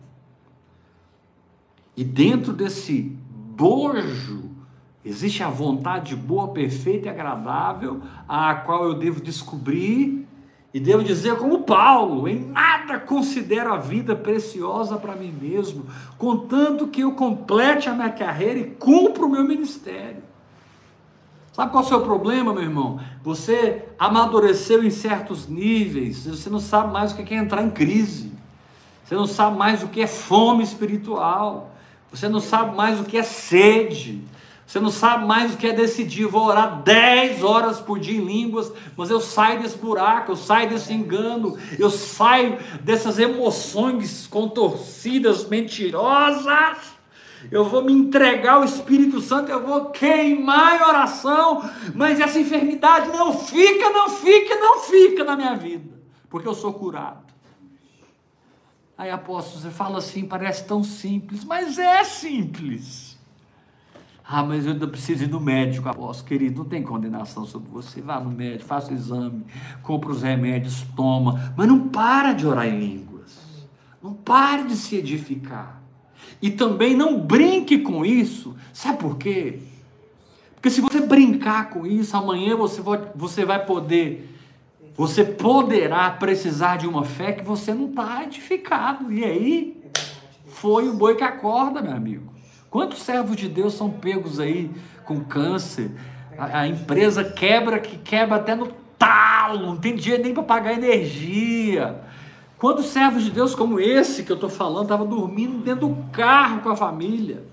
E dentro desse bojo, existe a vontade boa, perfeita e agradável, a qual eu devo descobrir, e devo dizer como Paulo, em nada considero a vida preciosa para mim mesmo, contanto que eu complete a minha carreira e cumpra o meu ministério. Sabe qual é o seu problema, meu irmão? Você amadureceu em certos níveis, você não sabe mais o que é entrar em crise, você não sabe mais o que é fome espiritual, você não sabe mais o que é sede, você não sabe mais o que é decidir, vou orar dez horas por dia em línguas, mas eu saio desse buraco, eu saio desse engano, eu saio dessas emoções contorcidas, mentirosas. Eu vou me entregar ao Espírito Santo, eu vou queimar em oração, mas essa enfermidade não fica, não fica, não fica na minha vida, porque eu sou curado. Aí, apóstolo, você fala assim, parece tão simples, mas é simples. Ah, mas eu ainda preciso ir no médico, apóstolo, querido, não tem condenação sobre você, vá no médico, faça o exame, compra os remédios, toma, mas não para de orar em línguas, não pare de se edificar. E também não brinque com isso. Sabe por quê? Porque se você brincar com isso, amanhã você vai, você vai poder, você poderá precisar de uma fé que você não está edificado. E aí, foi o boi que acorda, meu amigo. Quantos servos de Deus são pegos aí com câncer? A, a empresa quebra, que quebra até no talo, não tem dinheiro nem para pagar energia. Quantos servos de Deus como esse que eu estou falando, estavam dormindo dentro do carro com a família.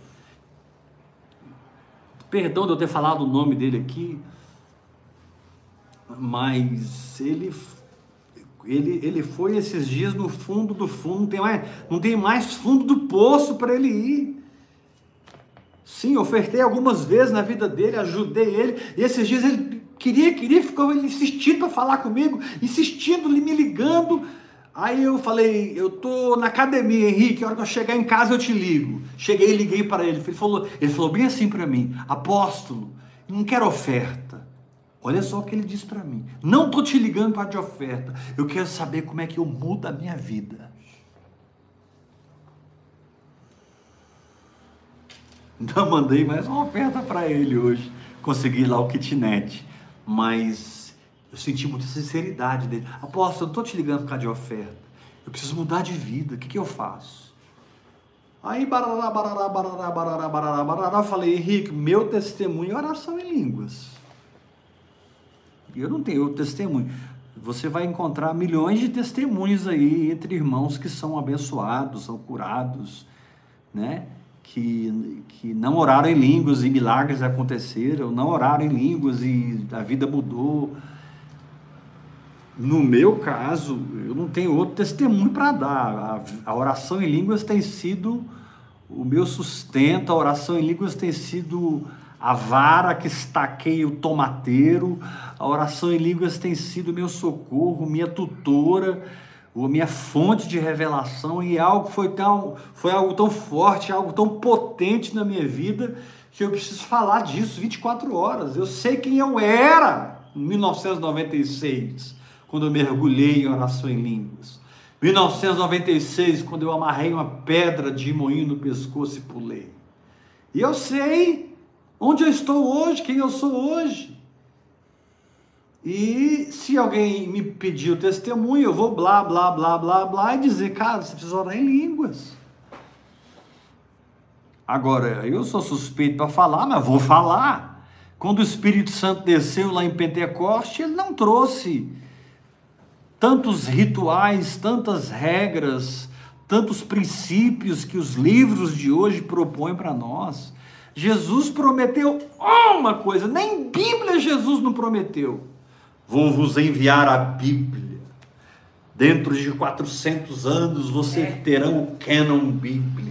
Perdão de eu ter falado o nome dele aqui, mas ele, ele, ele foi esses dias no fundo do fundo, não tem mais, não tem mais fundo do poço para ele ir. Sim, ofertei algumas vezes na vida dele, ajudei ele, e esses dias ele queria, queria, ficou insistindo para falar comigo, insistindo, me ligando. Aí eu falei, eu tô na academia, Henrique, a hora que eu chegar em casa eu te ligo. Cheguei e liguei para ele, ele falou, ele falou bem assim para mim, apóstolo, não quero oferta. Olha só o que ele disse para mim, não tô te ligando para de oferta, eu quero saber como é que eu mudo a minha vida. Então mandei mais uma oferta para ele hoje, consegui lá o kitnet, mas eu senti muita sinceridade dele. Apóstolo, eu não estou te ligando por causa de oferta. Eu preciso mudar de vida. O que, que eu faço? Aí, barará, barará, barará, barará, barará, barará, eu falei, Henrique, meu testemunho é oração em línguas. Eu não tenho outro testemunho. Você vai encontrar milhões de testemunhos aí entre irmãos que são abençoados, são curados, né? Que, que não oraram em línguas e milagres aconteceram, não oraram em línguas e a vida mudou. No meu caso, eu não tenho outro testemunho para dar. A, a oração em línguas tem sido o meu sustento, a oração em línguas tem sido a vara que estaqueia o tomateiro, a oração em línguas tem sido meu socorro, minha tutora, a minha fonte de revelação, e algo foi, tão, foi algo tão forte, algo tão potente na minha vida, que eu preciso falar disso vinte e quatro horas. Eu sei quem eu era, em mil novecentos e noventa e seis, quando eu mergulhei em oração em línguas. mil novecentos e noventa e seis, quando eu amarrei uma pedra de moinho no pescoço e pulei. E eu sei onde eu estou hoje, quem eu sou hoje. E se alguém me pedir o testemunho, eu vou blá, blá, blá, blá, blá, e dizer, cara, você precisa orar em línguas. Agora, eu sou suspeito para falar, mas vou falar. Quando o Espírito Santo desceu lá em Pentecoste, ele não trouxe tantos rituais, tantas regras, tantos princípios que os livros de hoje propõem para nós. Jesus prometeu uma coisa, nem Bíblia Jesus não prometeu. Vou vos enviar a Bíblia. Dentro de quatrocentos anos você terão o cânon bíblico.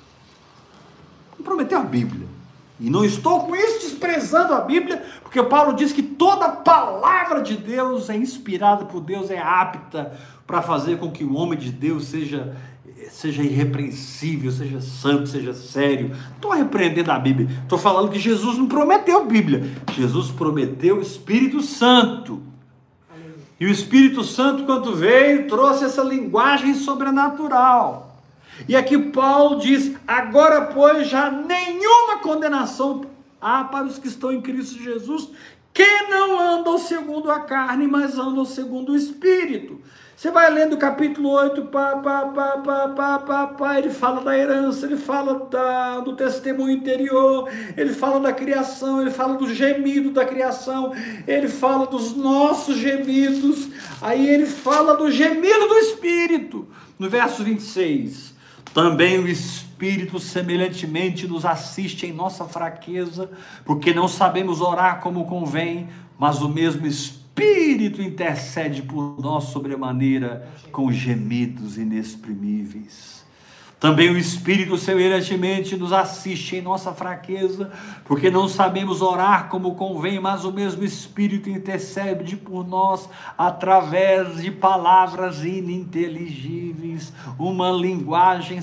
Não prometeu a Bíblia. E não estou com isso desprezando a Bíblia, porque Paulo diz que toda palavra de Deus é inspirada por Deus, é apta para fazer com que o homem de Deus seja, seja irrepreensível, seja santo, seja sério. Não estou repreendendo a Bíblia, estou falando que Jesus não prometeu a Bíblia, Jesus prometeu o Espírito Santo. E o Espírito Santo, quando veio, trouxe essa linguagem sobrenatural. E aqui Paulo diz, agora pois já nenhuma condenação há para os que estão em Cristo Jesus, que não andam segundo a carne, mas andam segundo o Espírito. Você vai lendo o capítulo oito, pá, pá, pá, pá, pá, pá, pá, ele fala da herança, ele fala da, do testemunho interior, ele fala da criação, ele fala do gemido da criação, ele fala dos nossos gemidos, aí ele fala do gemido do Espírito, no verso vinte e seis. Também o Espírito semelhantemente nos assiste em nossa fraqueza, porque não sabemos orar como convém, mas o mesmo Espírito intercede por nós sobremaneira com gemidos inexprimíveis. Também o Espírito semelhantemente nos assiste em nossa fraqueza, porque não sabemos orar como convém, mas o mesmo Espírito intercede por nós através de palavras ininteligíveis, uma linguagem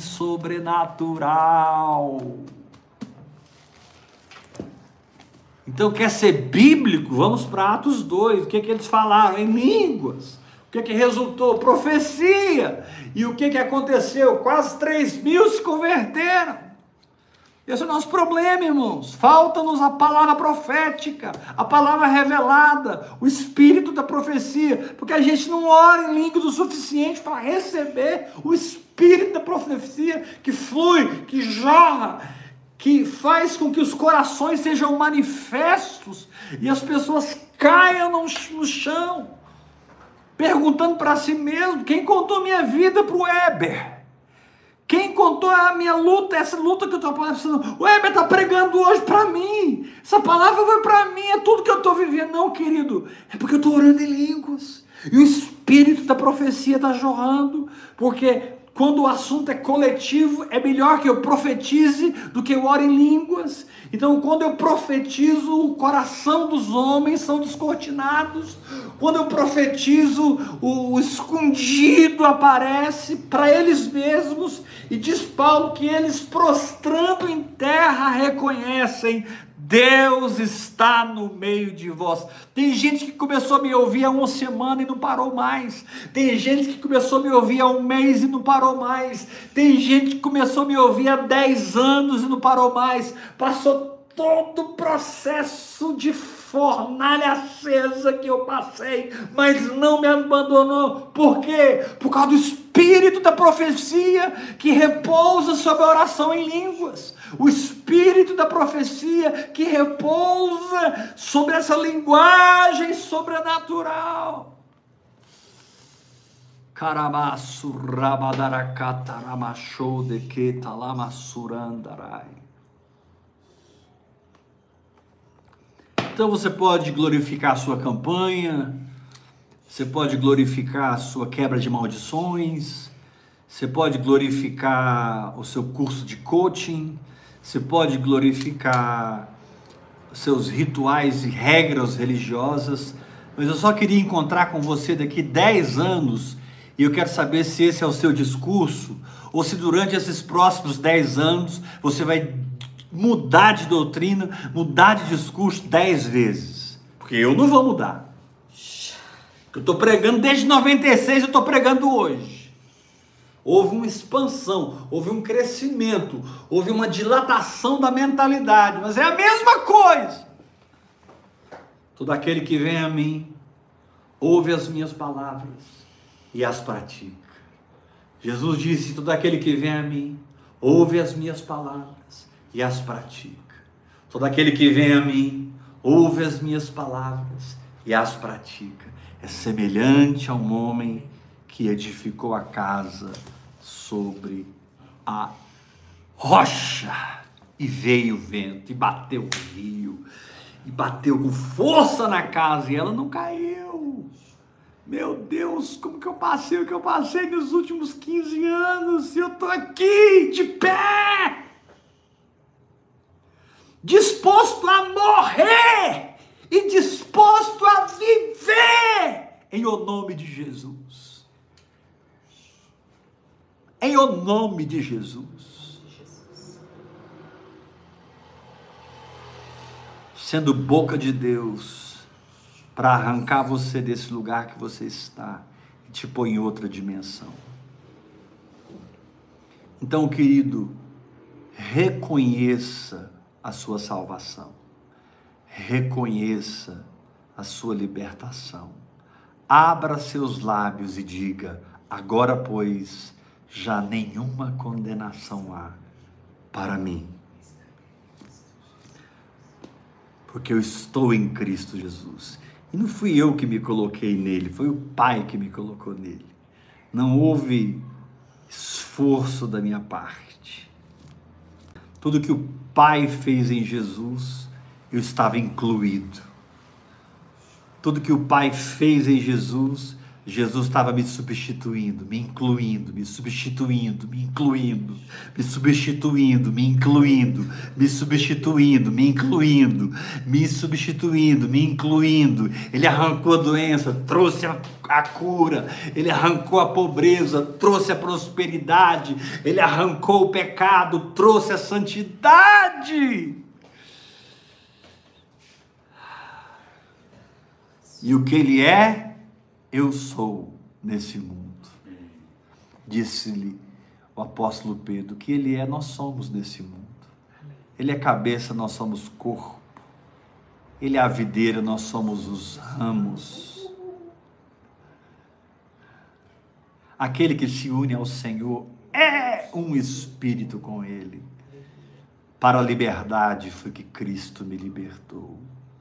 sobrenatural. Então, quer ser bíblico? Vamos para Atos dois, o que, é que eles falaram? Em línguas. O que, que resultou? Profecia. E o que, que aconteceu? Quase três mil se converteram. Esse é o nosso problema, irmãos. Falta-nos a palavra profética, a palavra revelada, o espírito da profecia, porque a gente não ora em línguas o suficiente para receber o espírito da profecia que flui, que jorra, que faz com que os corações sejam manifestos e as pessoas caiam no, no chão, perguntando para si mesmo, quem contou minha vida para o Heber? Quem contou a minha luta, essa luta que eu estou passando? O Heber está pregando hoje para mim, essa palavra foi para mim, é tudo que eu estou vivendo. Não, querido, é porque eu estou orando em línguas, e o espírito da profecia está jorrando, porque quando o assunto é coletivo, é melhor que eu profetize do que eu ore em línguas. Então, quando eu profetizo, o coração dos homens são descortinados. Quando eu profetizo, o, o escondido aparece para eles mesmos. E diz Paulo que eles, prostrando em terra, reconhecem: Deus está no meio de vós. Tem gente que começou a me ouvir há uma semana e não parou mais. Tem gente que começou a me ouvir há um mês e não parou mais. Tem gente que começou a me ouvir há dez anos e não parou mais. Passou todo o processo de fornalha acesa que eu passei, mas não me abandonou. Por quê? Por causa do espírito da profecia que repousa sobre a oração em línguas. O espírito da profecia que repousa sobre essa linguagem sobrenatural. Karamasu rabadarakata ramachou de keta lamassurandarai. Então você pode glorificar a sua campanha, você pode glorificar a sua quebra de maldições, você pode glorificar o seu curso de coaching, você pode glorificar seus rituais e regras religiosas, mas eu só queria encontrar com você daqui dez anos e eu quero saber se esse é o seu discurso ou se durante esses próximos dez anos você vai mudar de doutrina, mudar de discurso dez vezes. Porque eu não vou mudar. Eu estou pregando desde noventa e seis, eu estou pregando hoje. Houve uma expansão, houve um crescimento, houve uma dilatação da mentalidade, mas é a mesma coisa. Todo aquele que vem a mim, ouve as minhas palavras e as pratica. Jesus disse: todo aquele que vem a mim, ouve as minhas palavras e as pratica. Todo aquele que vem a mim, ouve as minhas palavras e as pratica. É semelhante a um homem que edificou a casa sobre a rocha, e veio o vento, e bateu o rio, e bateu com força na casa, e ela não caiu. Meu Deus, como que eu passei o que eu passei nos últimos quinze anos, e eu estou aqui, de pé, disposto a morrer, e disposto a viver, em o nome de Jesus. Em o nome de Jesus. Sendo boca de Deus, para arrancar você desse lugar que você está, e te pôr em outra dimensão. Então, querido, reconheça a sua salvação. Reconheça a sua libertação. Abra seus lábios e diga: agora, pois, já nenhuma condenação há para mim, porque eu estou em Cristo Jesus. E não fui eu que me coloquei nele, foi o Pai que me colocou nele. Não houve esforço da minha parte. Tudo que o Pai fez em Jesus, eu estava incluído. Tudo que o Pai fez em Jesus, Jesus estava me substituindo, me incluindo, me substituindo, me incluindo, me substituindo, me incluindo, me substituindo, me incluindo, me substituindo, me incluindo. Ele arrancou a doença, trouxe a, a cura. Ele arrancou a pobreza, trouxe a prosperidade. Ele arrancou o pecado, trouxe a santidade. E o que ele é, eu sou nesse mundo. Disse-lhe o apóstolo Pedro: que ele é, nós somos nesse mundo. Ele é cabeça, nós somos corpo. Ele é a videira, nós somos os ramos. Aquele que se une ao Senhor é um espírito com ele. Para a liberdade foi que Cristo me libertou.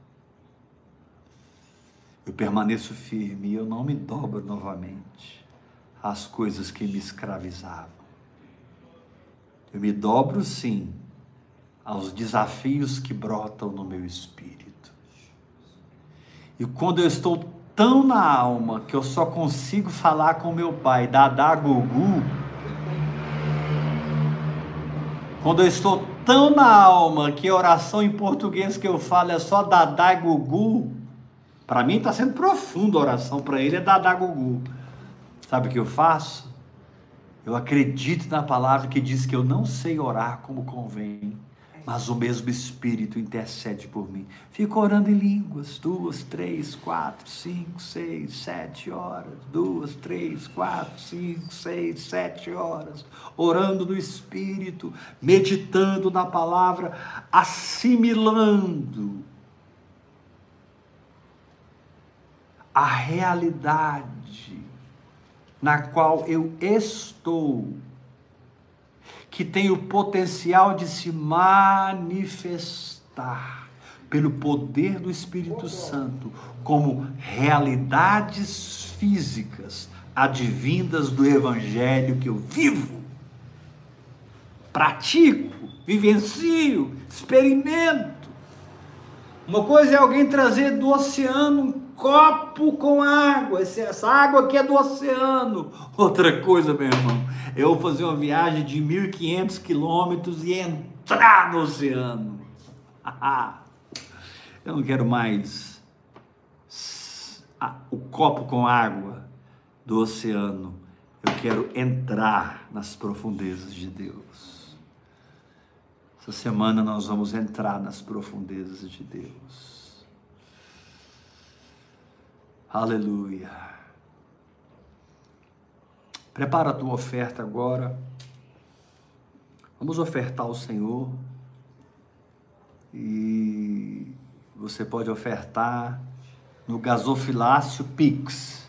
Eu permaneço firme e eu não me dobro novamente às coisas que me escravizavam. Eu me dobro, sim, aos desafios que brotam no meu espírito. E quando eu estou tão na alma que eu só consigo falar com meu pai, dadá gugu, quando eu estou tão na alma que a oração em português que eu falo é só dadá e gugu, para mim está sendo profunda a oração, para ele é dadá gugu. Sabe o que eu faço? Eu acredito na palavra que diz que eu não sei orar como convém, mas o mesmo Espírito intercede por mim. Fico orando em línguas, duas, três, quatro, cinco, seis, sete horas, duas, três, quatro, cinco, seis, sete horas, orando no Espírito, meditando na palavra, assimilando a realidade na qual eu estou, que tem o potencial de se manifestar pelo poder do Espírito Santo como realidades físicas advindas do Evangelho que eu vivo, pratico, vivencio, experimento. Uma coisa é alguém trazer do oceano um copo com água, essa água aqui é do oceano. Outra coisa, meu irmão, é eu fazer uma viagem de mil e quinhentos quilômetros e entrar no oceano. Eu não quero mais o copo com água do oceano, eu quero entrar nas profundezas de Deus. Essa semana nós vamos entrar nas profundezas de Deus. Aleluia. Prepara a tua oferta agora. Vamos ofertar ao Senhor. E você pode ofertar no Gasofilácio Pix.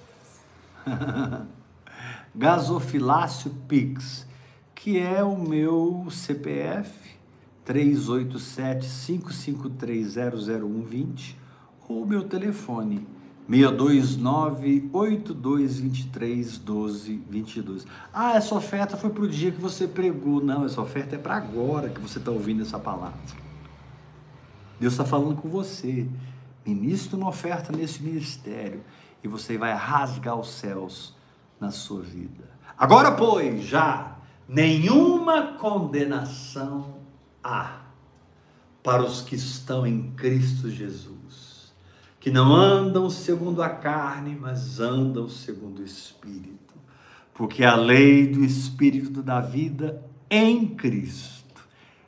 Gasofilácio Pix, que é o meu C P F três oito sete, cinco cinco três, zero zero um dois zero ou o meu telefone seis dois nove, oito dois dois três, um dois dois dois. Ah, essa oferta foi para o dia que você pregou. Não, essa oferta é para agora que você está ouvindo essa palavra. Deus está falando com você. Ministre uma oferta nesse ministério e você vai rasgar os céus na sua vida. Agora, pois, já nenhuma condenação há para os que estão em Cristo Jesus, que não andam segundo a carne, mas andam segundo o Espírito, porque a lei do Espírito da vida em Cristo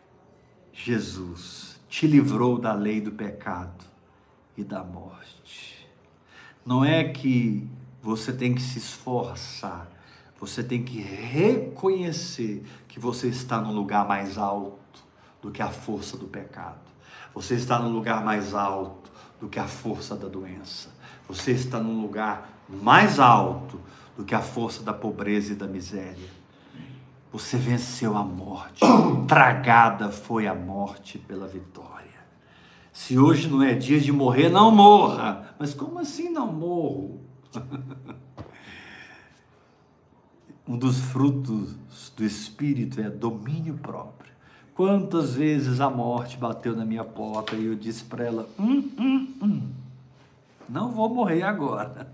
Jesus te livrou da lei do pecado e da morte. Não é que você tem que se esforçar, você tem que reconhecer que você está no lugar mais alto do que a força do pecado. Você está no lugar mais alto do que a força da doença. Você está num lugar mais alto do que a força da pobreza e da miséria. Você venceu a morte. Tragada foi a morte pela vitória. Se hoje não é dia de morrer, não morra. Mas como assim não morro? Um dos frutos do Espírito é domínio próprio. Quantas vezes a morte bateu na minha porta e eu disse para ela, hum, hum, hum, não vou morrer agora.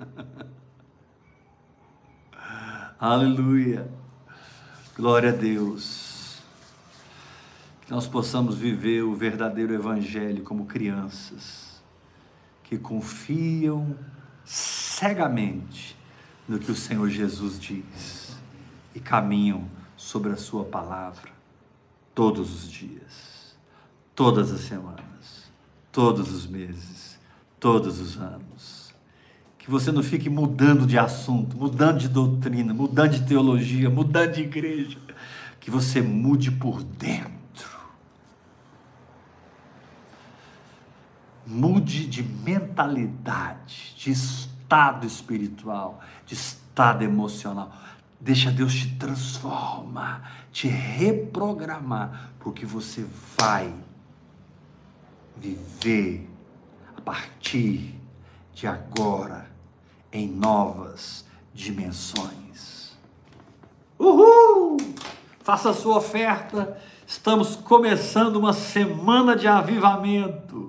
Aleluia. Glória a Deus. Que nós possamos viver o verdadeiro evangelho como crianças que confiam cegamente no que o Senhor Jesus diz e caminham sobre a sua palavra todos os dias, todas as semanas, todos os meses, todos os anos. Que você não fique mudando de assunto, mudando de doutrina, mudando de teologia, mudando de igreja. Que você mude por dentro. Mude de mentalidade, de estado espiritual, de estado emocional. Deixa Deus te transformar, te reprogramar, porque você vai viver a partir de agora em novas dimensões. Uhul! Faça a sua oferta. Estamos começando uma semana de avivamento.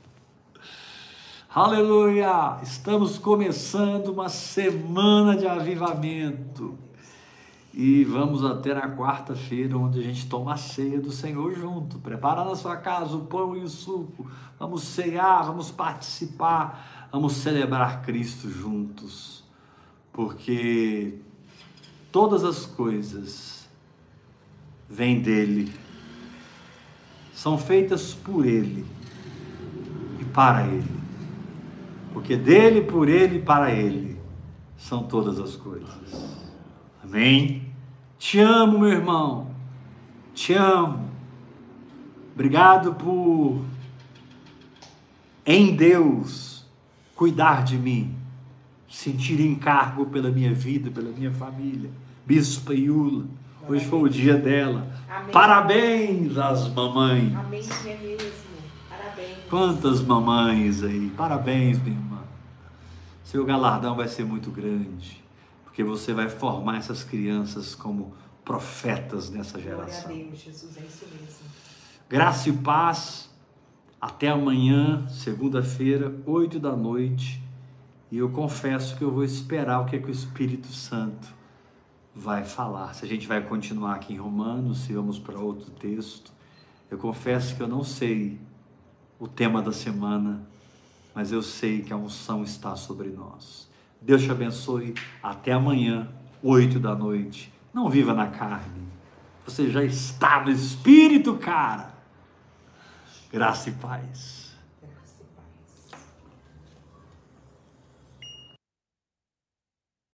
Aleluia! Estamos começando uma semana de avivamento. E vamos até na quarta-feira, onde a gente toma a ceia do Senhor junto. Prepara na sua casa o pão e o suco. Vamos cear, vamos participar, vamos celebrar Cristo juntos. Porque todas as coisas vêm dEle, são feitas por Ele e para Ele. Porque dele, por ele e para ele são todas as coisas. Amém? Te amo, meu irmão. Te amo. Obrigado por, em Deus, cuidar de mim. Sentir encargo pela minha vida, pela minha família. Bispa Iula. Hoje foi o dia dela. Amém. Parabéns às mamães. Amém, é mesmo. Parabéns. Quantas mamães aí. Parabéns, minha irmã. Seu galardão vai ser muito grande, porque você vai formar essas crianças como profetas nessa geração. Glória a Deus, Jesus, é isso mesmo. Graça e paz. Até amanhã, segunda-feira, oito da noite. E eu confesso que eu vou esperar o que, é que o Espírito Santo vai falar. Se a gente vai continuar aqui em Romanos, se vamos para outro texto. Eu confesso que eu não sei o tema da semana, mas eu sei que a unção está sobre nós. Deus te abençoe. Até amanhã, oito da noite. Não viva na carne. Você já está no Espírito, cara. Graça e paz.